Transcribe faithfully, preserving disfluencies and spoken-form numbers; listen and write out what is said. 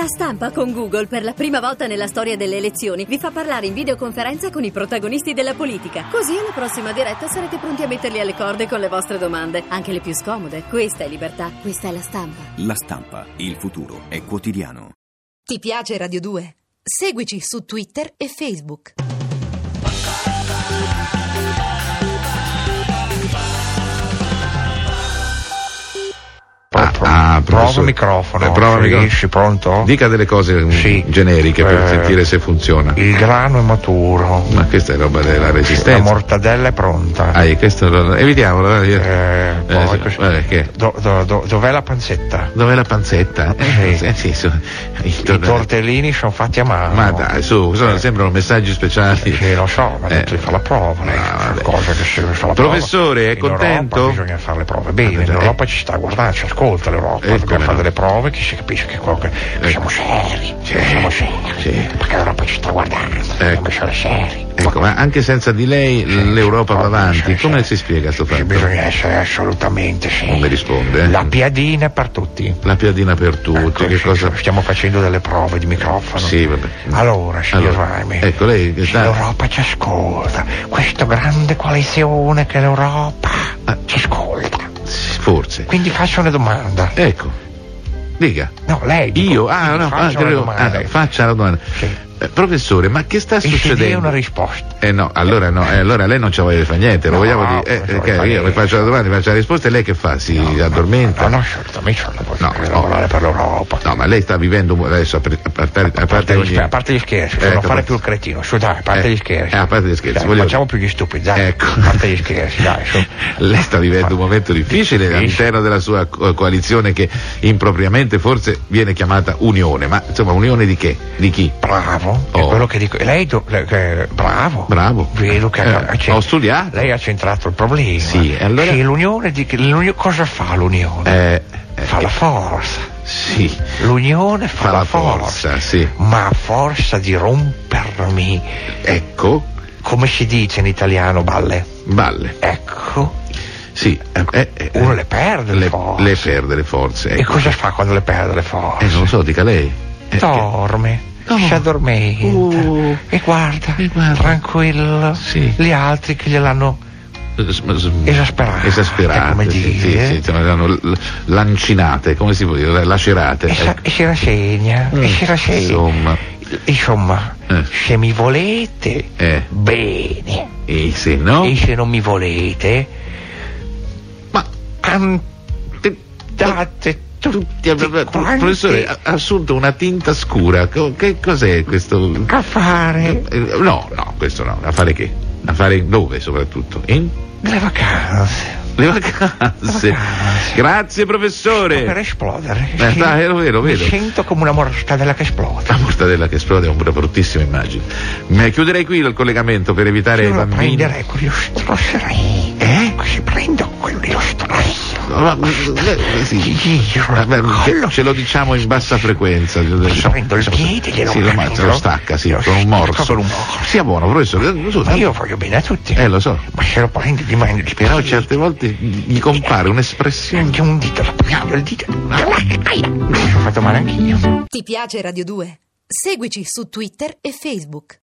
Stampa con Google per la prima volta nella storia delle elezioni vi fa parlare in videoconferenza con i protagonisti della politica. Così alla prossima diretta sarete pronti a metterli alle corde con le vostre domande, anche le più scomode. Questa è libertà, questa è La Stampa. La Stampa, il futuro è quotidiano. Ti piace Radio due? Seguici su Twitter e Facebook. Ah, ah, prova microfono. Eh, prova sì, microfono. sì, pronto? Dica delle cose sì. generiche per eh, sentire se funziona. Il grano è maturo. Ma questa è roba della La resistenza. mortadella è pronta. Ah, questo lo, evitiamolo. Eh, eh, poi sì, così. vabbè, che? Do, do, do, dov'è la panzetta? Dov'è la panzetta? Eh, sì. Eh, sì, so, I tor- tortellini sono fatti a mano. Ma dai, su, sono, eh. sembrano messaggi speciali. Sì, lo so, ma eh. tu fa la prova, lei Ah, fa cosa che si fa la Professore, prova. è contento? In Europa bisogna fare le prove. Bene, Eh, in Europa ci sta guardando, ci ascolta l'Europa, Eh, dobbiamo fare no. delle prove che si capisce che, quello che, che siamo seri, Sì. siamo seri, Sì. perché l'Europa ci sta guardando, dobbiamo essere seri. Ecco, ma anche senza di lei Sì, l'Europa sì, va avanti. sì, Come sì. si spiega sto Sì, fatto? bisogna essere assolutamente sì. Non mi risponde. eh? La piadina per tutti. La piadina per tutti, Ecco, che sì, cosa? stiamo facendo delle prove di microfono. Sì, vabbè. Allora, signor Allora, Raimi, ecco, lei che sta- l'Europa ci ascolta. Questa grande coalizione che è l'Europa Ah. ci ascolta. Forse. Quindi faccio una domanda. Ecco, dica. No, lei. dico, Io? Ah, quindi no, faccio ah, una credo- domanda. ah, faccia la domanda. Sì. Eh, professore, ma che sta E se dia succedendo? una risposta. Eh no, allora no, eh, allora lei non ci voglia fare niente, lo No, vogliamo dire. non Eh, ci eh, voglio che fare io le niente. faccio la domanda, mi faccio la risposta e lei che fa? Si addormenta? No, no, assolutamente non posso No, fare no. lavorare per l'Europa. No, ma lei sta vivendo adesso a, pre- a parte, a A parte parte, gli, ogni... scher- a parte gli scherzi, per Ecco, non fare ma- più il cretino, su dai, a parte Eh, gli scherzi. eh, a parte gli scherzi, Dai, voglio- facciamo più gli stupidi, dai. Ecco. A parte gli scherzi, dai. Su. Lei sta vivendo un momento difficile Sì. all'interno della sua co- coalizione che impropriamente forse viene chiamata Unione, ma insomma Unione di che? Di chi? Bravo, è Oh. quello che dico. Lei, do- le- che- bravo. Bravo. Vedo che Eh, ha cent- ho studiato. Lei ha centrato il problema. Sì, e allora- Che l'unione di che l'unione cosa fa l'unione? Eh, eh, fa la forza. Sì, L'unione fa, fa la forza. forza, sì. Ma a forza di rompermi, Ecco, come si dice in italiano, balle? balle. Ecco, Sì, eh, eh, eh, uno le perde le, le, forze. le perde le forze. E Ecco. cosa fa quando le perde le forze? Eh, non lo so, dica lei. Eh, Dorme, No. si addormenta Uh. e guarda, E guarda. tranquillo, Sì. gli altri che gliel'hanno che- s- s- Esasperate, Esasperate, come sì, dire. sì, sì, insomma, erano l- lancinate, come si può dire, lacerate. e, sa- ecco. e si rassegna, e Mm, si rassegna. insomma. Insomma, Eh. se mi volete, Eh. bene, E se no? e se non mi volete, Ma andate tutti quanti professore, ha ha assunto una tinta scura. Co- Che cos'è questo? a fare Eh, No, no, questo no. A fare che? A fare dove soprattutto? In le vacanze. le vacanze. vacanze. Grazie Per professore. esplodere. Eh, Sì. dai, lo vedo, Mi vedo. sento come una mortadella che esplode. La mortadella che esplode è una bruttissima immagine. Ma chiuderei qui il collegamento per evitare Io ai lo bambini. prenderei con lo strosserei. Eh? Così prendo quello di lo strosserei. No, ma- eh, sì. Gli giro il Vabbè, che- collo. ce lo diciamo in bassa frequenza. Prendo il piede, glielo sì, lo, ma- prendo. se lo stacca, sì, Lo con un stacco morso. con un morso. Sia buono, professore. Su, Ma io voglio bene a tutti. Eh, lo so. Ma se lo prendi di mano il Però piede, certe volte gli compare un'espressione. anche un dito, lo piglio il dito. Aia, mi sono fatto male anch'io. Ti piace Radio due? Seguici su Twitter e Facebook.